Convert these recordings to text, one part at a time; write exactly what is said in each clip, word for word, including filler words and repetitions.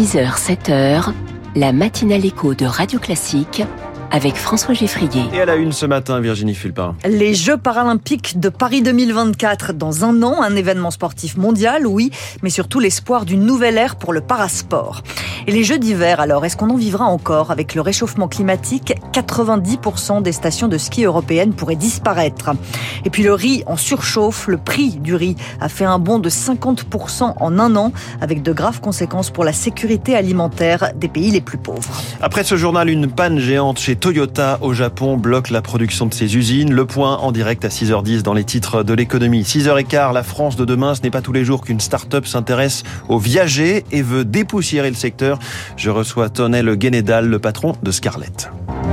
six heures sept heures, la matinale écho de Radio Classique avec François Geffrier. Et à la une ce matin, Virginie Fulpin. Les Jeux paralympiques de Paris deux mille vingt-quatre, dans un an, un événement sportif mondial, oui, mais surtout l'espoir d'une nouvelle ère pour le parasport. Et les Jeux d'hiver, alors, est-ce qu'on en vivra encore? Avec le réchauffement climatique, quatre-vingt-dix pour cent des stations de ski européennes pourraient disparaître. Et puis le riz en surchauffe, le prix du riz a fait un bond de cinquante pour cent en un an, avec de graves conséquences pour la sécurité alimentaire des pays les plus pauvres. Après ce journal, une panne géante chez Toyota au Japon bloque la production de ses usines. Le point en direct à six heures dix dans les titres de l'économie. six heures quinze, la France de demain, ce n'est pas tous les jours qu'une start-up s'intéresse aux viagers et veut dépoussiérer le secteur. Je reçois Tonel Guénédal, le patron de Scarlett.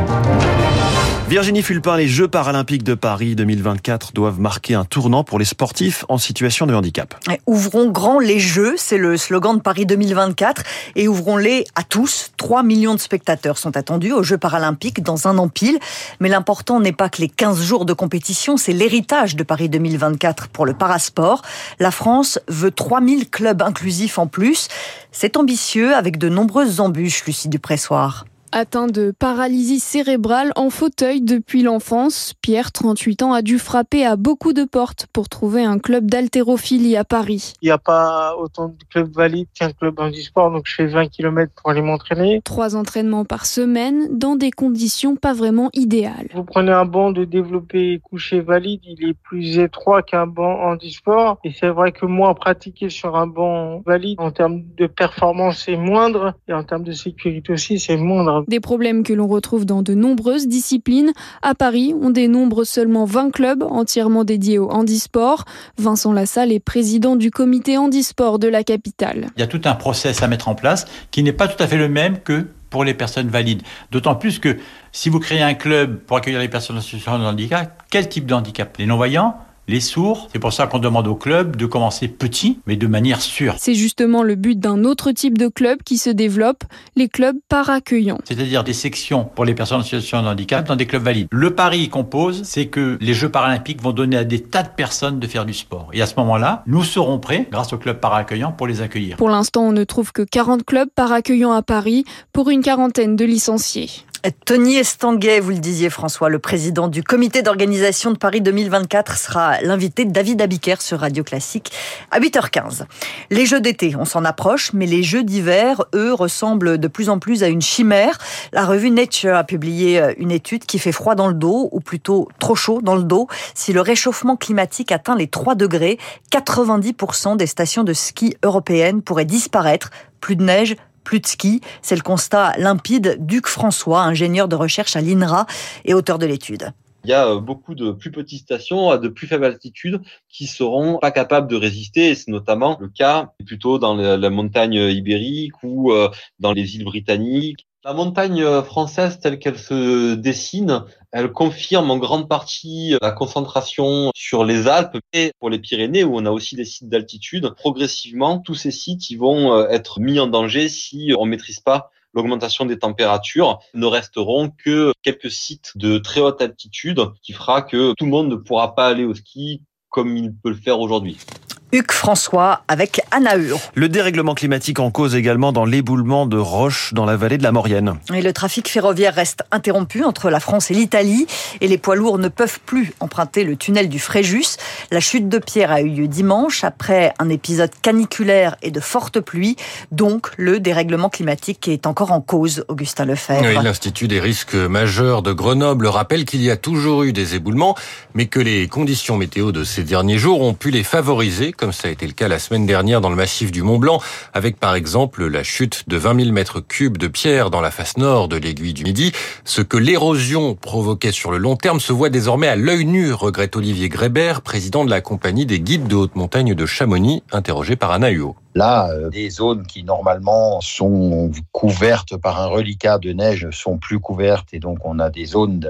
Virginie Fulpin, les Jeux paralympiques de Paris deux mille vingt-quatre doivent marquer un tournant pour les sportifs en situation de handicap. Ouvrons grand les Jeux, c'est le slogan de Paris deux mille vingt-quatre, et ouvrons-les à tous. trois millions de spectateurs sont attendus aux Jeux paralympiques dans un an pile. Mais l'important n'est pas que les quinze jours de compétition, c'est l'héritage de Paris deux mille vingt-quatre pour le parasport. La France veut trois mille clubs inclusifs en plus. C'est ambitieux avec de nombreuses embûches, Lucie Dupressoir. Atteint de paralysie cérébrale en fauteuil depuis l'enfance, Pierre, trente-huit ans, a dû frapper à beaucoup de portes pour trouver un club d'haltérophilie à Paris. Il n'y a pas autant de clubs valides qu'un club handisport, donc je fais vingt kilomètres pour aller m'entraîner. Trois entraînements par semaine dans des conditions pas vraiment idéales. Vous prenez un banc de développé couché valide, il est plus étroit qu'un banc handisport. Et c'est vrai que moi, pratiquer sur un banc valide, en termes de performance, c'est moindre. Et en termes de sécurité aussi, c'est moindre. Des problèmes que l'on retrouve dans de nombreuses disciplines. À Paris, on dénombre seulement vingt clubs entièrement dédiés au handisport. Vincent Lassalle est président du comité handisport de la capitale. Il y a tout un process à mettre en place qui n'est pas tout à fait le même que pour les personnes valides. D'autant plus que si vous créez un club pour accueillir les personnes en situation de handicap, quel type de handicap? Les non-voyants? Les sourds, c'est pour ça qu'on demande au club de commencer petit, mais de manière sûre. C'est justement le but d'un autre type de club qui se développe, les clubs para-accueillants. C'est-à-dire des sections pour les personnes en situation de handicap dans des clubs valides. Le pari qu'on pose, c'est que les Jeux paralympiques vont donner à des tas de personnes de faire du sport. Et à ce moment-là, nous serons prêts, grâce aux clubs para-accueillants, pour les accueillir. Pour l'instant, on ne trouve que quarante clubs para-accueillants à Paris pour une quarantaine de licenciés. Tony Estanguet, vous le disiez François, le président du comité d'organisation de Paris deux mille vingt-quatre sera l'invité de David Abiker sur Radio Classique à huit heures quinze. Les Jeux d'été, on s'en approche, mais les Jeux d'hiver, eux, ressemblent de plus en plus à une chimère. La revue Nature a publié une étude qui fait froid dans le dos, ou plutôt trop chaud dans le dos. Si le réchauffement climatique atteint les trois degrés, quatre-vingt-dix pour cent des stations de ski européennes pourraient disparaître. Plus de neige, plus de ski, c'est le constat limpide d'Hugues François, ingénieur de recherche à l'I N R A et auteur de l'étude. Il y a beaucoup de plus petites stations à de plus faibles altitudes qui seront pas capables de résister. Et c'est notamment le cas plutôt dans la montagne ibérique ou dans les îles britanniques. La montagne française telle qu'elle se dessine, elle confirme en grande partie la concentration sur les Alpes et pour les Pyrénées où on a aussi des sites d'altitude. Progressivement, tous ces sites ils vont être mis en danger si on maîtrise pas l'augmentation des températures. Ne resteront que quelques sites de très haute altitude qui fera que tout le monde ne pourra pas aller au ski comme il peut le faire aujourd'hui. Hugues François avec Anna Hur. Le dérèglement climatique en cause également dans l'éboulement de roches dans la vallée de la Maurienne. Et le trafic ferroviaire reste interrompu entre la France et l'Italie et les poids lourds ne peuvent plus emprunter le tunnel du Fréjus. La chute de pierre a eu lieu dimanche après un épisode caniculaire et de fortes pluies. Donc le dérèglement climatique est encore en cause, Augustin Lefebvre. Oui, l'Institut des risques majeurs de Grenoble rappelle qu'il y a toujours eu des éboulements, mais que les conditions météo de ces derniers jours ont pu les favoriser, comme ça a été le cas la semaine dernière dans le massif du Mont-Blanc, avec par exemple la chute de vingt mille mètres cubes de pierre dans la face nord de l'aiguille du Midi. Ce que l'érosion provoquait sur le long terme se voit désormais à l'œil nu, regrette Olivier Grébert, président de la compagnie des guides de haute montagne de Chamonix, interrogé par Anna Huot. Là, euh, des zones qui normalement sont couvertes par un reliquat de neige sont plus couvertes et donc on a des zones de,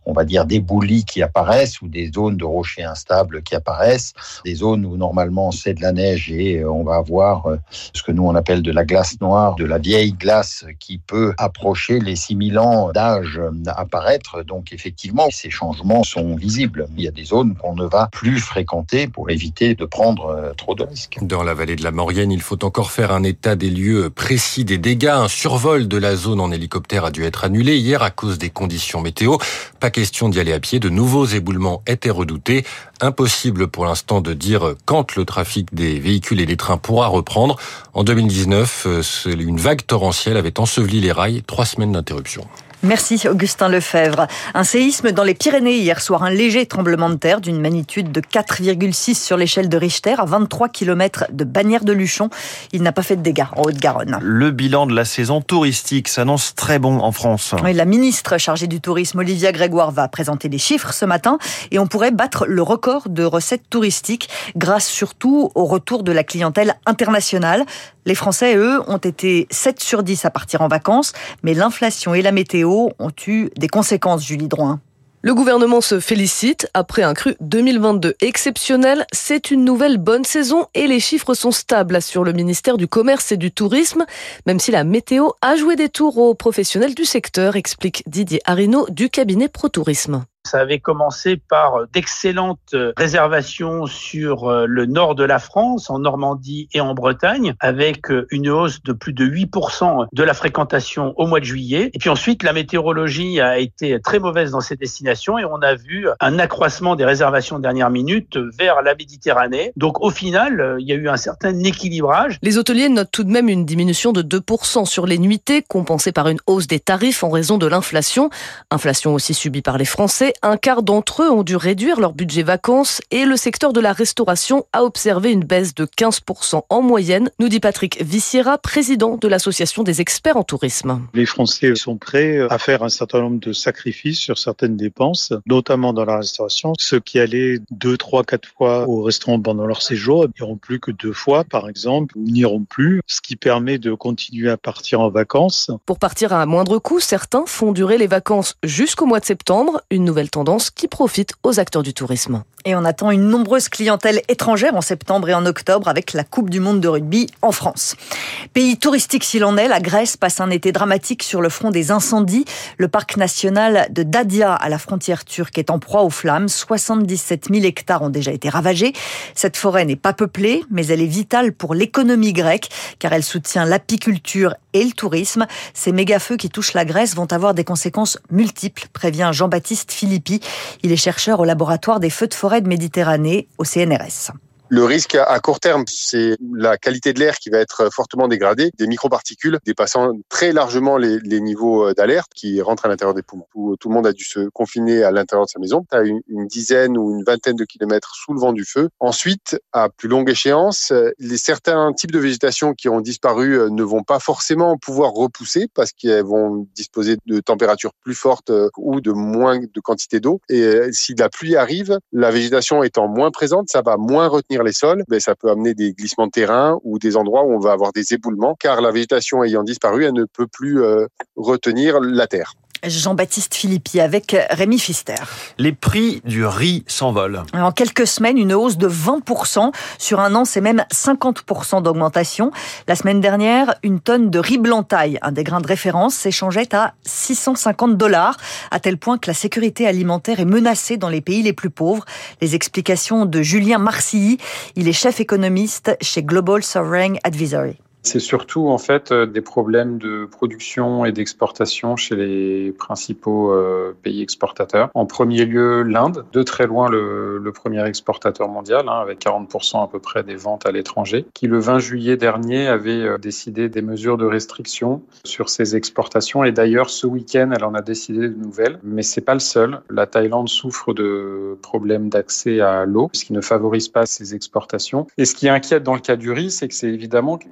on va dire, d'éboulis qui apparaissent ou des zones de rochers instables qui apparaissent, des zones où normalement c'est de la neige et on va avoir ce que nous on appelle de la glace noire, de la vieille glace qui peut approcher les six mille ans d'âge apparaître. Donc effectivement, ces changements sont visibles. Il y a des zones qu'on ne va plus fréquenter pour éviter de prendre trop de risques. Dans la vallée de la Maurienne, il faut encore faire un état des lieux précis des dégâts. Un survol de la zone en hélicoptère a dû être annulé hier à cause des conditions météo. Pas question d'y aller à pied. De nouveaux éboulements étaient redoutés. Impossible pour l'instant de dire quand le trafic des véhicules et des trains pourra reprendre. En deux mille dix-neuf, une vague torrentielle avait enseveli les rails. Trois semaines d'interruption. Merci Augustin Lefebvre. Un séisme dans les Pyrénées hier soir, un léger tremblement de terre d'une magnitude de quatre virgule six sur l'échelle de Richter à vingt-trois kilomètres de Bagnères-de-Luchon. Il n'a pas fait de dégâts en Haute-Garonne. Le bilan de la saison touristique s'annonce très bon en France. Oui, la ministre chargée du tourisme, Olivia Grégoire, va présenter les chiffres ce matin et on pourrait battre le record de recettes touristiques grâce surtout au retour de la clientèle internationale. Les Français, eux, ont été sept sur dix à partir en vacances, mais l'inflation et la météo ont eu des conséquences, Julie Drouin. Le gouvernement se félicite. Après un cru deux mille vingt-deux exceptionnel, c'est une nouvelle bonne saison et les chiffres sont stables, assure le ministère du Commerce et du Tourisme, même si la météo a joué des tours aux professionnels du secteur, explique Didier Arinaud du cabinet ProTourisme. Ça avait commencé par d'excellentes réservations sur le nord de la France, en Normandie et en Bretagne, avec une hausse de plus de huit pour cent de la fréquentation au mois de juillet. Et puis ensuite, la météorologie a été très mauvaise dans ces destinations et on a vu un accroissement des réservations de dernière minute vers la Méditerranée. Donc au final, il y a eu un certain équilibrage. Les hôteliers notent tout de même une diminution de deux pour cent sur les nuitées, compensée par une hausse des tarifs en raison de l'inflation. Inflation aussi subie par les Français. Un quart d'entre eux ont dû réduire leur budget vacances et le secteur de la restauration a observé une baisse de quinze pour cent en moyenne, nous dit Patrick Viciera, président de l'association des experts en tourisme. Les Français sont prêts à faire un certain nombre de sacrifices sur certaines dépenses, notamment dans la restauration. Ceux qui allaient deux, trois, quatre fois au restaurant pendant leur séjour n'iront plus que deux fois, par exemple, ou n'iront plus, ce qui permet de continuer à partir en vacances. Pour partir à moindre coût, certains font durer les vacances jusqu'au mois de septembre, une nouvelle tendance qui profite aux acteurs du tourisme. Et on attend une nombreuse clientèle étrangère en septembre et en octobre avec la Coupe du Monde de rugby en France. Pays touristique s'il en est, la Grèce passe un été dramatique sur le front des incendies. Le parc national de Dadia à la frontière turque est en proie aux flammes. soixante-dix-sept mille hectares ont déjà été ravagés. Cette forêt n'est pas peuplée, mais elle est vitale pour l'économie grecque car elle soutient l'apiculture et le tourisme. Ces méga-feux qui touchent la Grèce vont avoir des conséquences multiples, prévient Jean-Baptiste Philippi. Il est chercheur au laboratoire des feux de forêt de Méditerranée au C N R S. Le risque à court terme, c'est la qualité de l'air qui va être fortement dégradée, des microparticules dépassant très largement les, les niveaux d'alerte qui rentrent à l'intérieur des poumons. Tout, tout le monde a dû se confiner à l'intérieur de sa maison, à une, une dizaine ou une vingtaine de kilomètres sous le vent du feu. Ensuite, à plus longue échéance, les certains types de végétation qui ont disparu ne vont pas forcément pouvoir repousser parce qu'elles vont disposer de températures plus fortes ou de moins de quantité d'eau. Et si la pluie arrive, la végétation étant moins présente, ça va moins retenir les sols, ben ça peut amener des glissements de terrain ou des endroits où on va avoir des éboulements, car la végétation ayant disparu, elle ne peut plus euh, retenir la terre. Jean-Baptiste Philippi avec Rémi Pfister. Les prix du riz s'envolent. En quelques semaines, une hausse de vingt pour cent. Sur un an, c'est même cinquante pour cent d'augmentation. La semaine dernière, une tonne de riz blanc taille, un des grains de référence, s'échangeait à six cent cinquante dollars, à tel point que la sécurité alimentaire est menacée dans les pays les plus pauvres. Les explications de Julien Marcilly. Il est chef économiste chez Global Sovereign Advisory. C'est surtout en fait des problèmes de production et d'exportation chez les principaux euh, pays exportateurs. En premier lieu, l'Inde, de très loin le, le premier exportateur mondial, hein, avec quarante pour cent à peu près des ventes à l'étranger, qui le vingt juillet dernier avait euh, décidé des mesures de restriction sur ses exportations. Et d'ailleurs, ce week-end, elle en a décidé de nouvelles. Mais c'est pas le seul. La Thaïlande souffre de problèmes d'accès à l'eau, ce qui ne favorise pas ses exportations. Et ce qui inquiète dans le cas du riz, c'est que c'est évidemment une denrée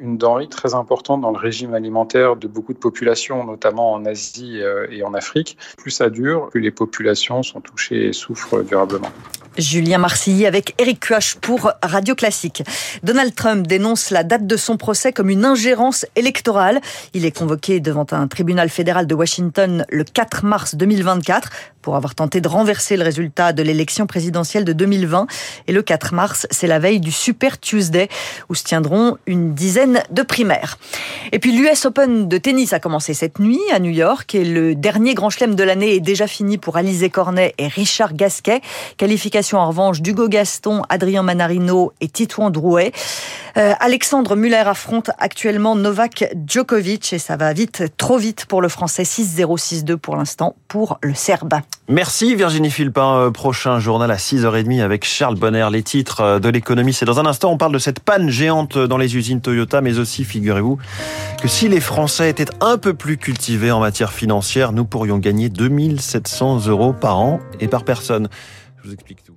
pénurie très importante dans le régime alimentaire de beaucoup de populations, notamment en Asie et en Afrique. Plus ça dure, plus les populations sont touchées et souffrent durablement. Julien Marcilly avec Éric Cuache pour Radio Classique. Donald Trump dénonce la date de son procès comme une ingérence électorale. Il est convoqué devant un tribunal fédéral de Washington le quatre mars deux mille vingt-quatre pour avoir tenté de renverser le résultat de l'élection présidentielle de deux mille vingt. Et le quatre mars, c'est la veille du Super Tuesday où se tiendront une dizaine de primaires. Et puis l'U S Open de tennis a commencé cette nuit à New York et le dernier grand chelem de l'année est déjà fini pour Alizé Cornet et Richard Gasquet. Qualification en revanche d'Hugo Gaston, Adrien Manarino et Titouan Drouet. Euh, Alexandre Muller affronte actuellement Novak Djokovic et ça va vite, trop vite pour le Français. six zéro six deux pour l'instant pour le Serbe. Merci Virginie Philpin. Prochain journal à six heures trente avec Charles Bonner. Les titres de l'économie, c'est dans un instant. On parle de cette panne géante dans les usines Toyota, mais aussi, figurez-vous, que si les Français étaient un peu plus cultivés en matière financière, nous pourrions gagner deux mille sept cents euros par an et par personne. Je vous explique tout.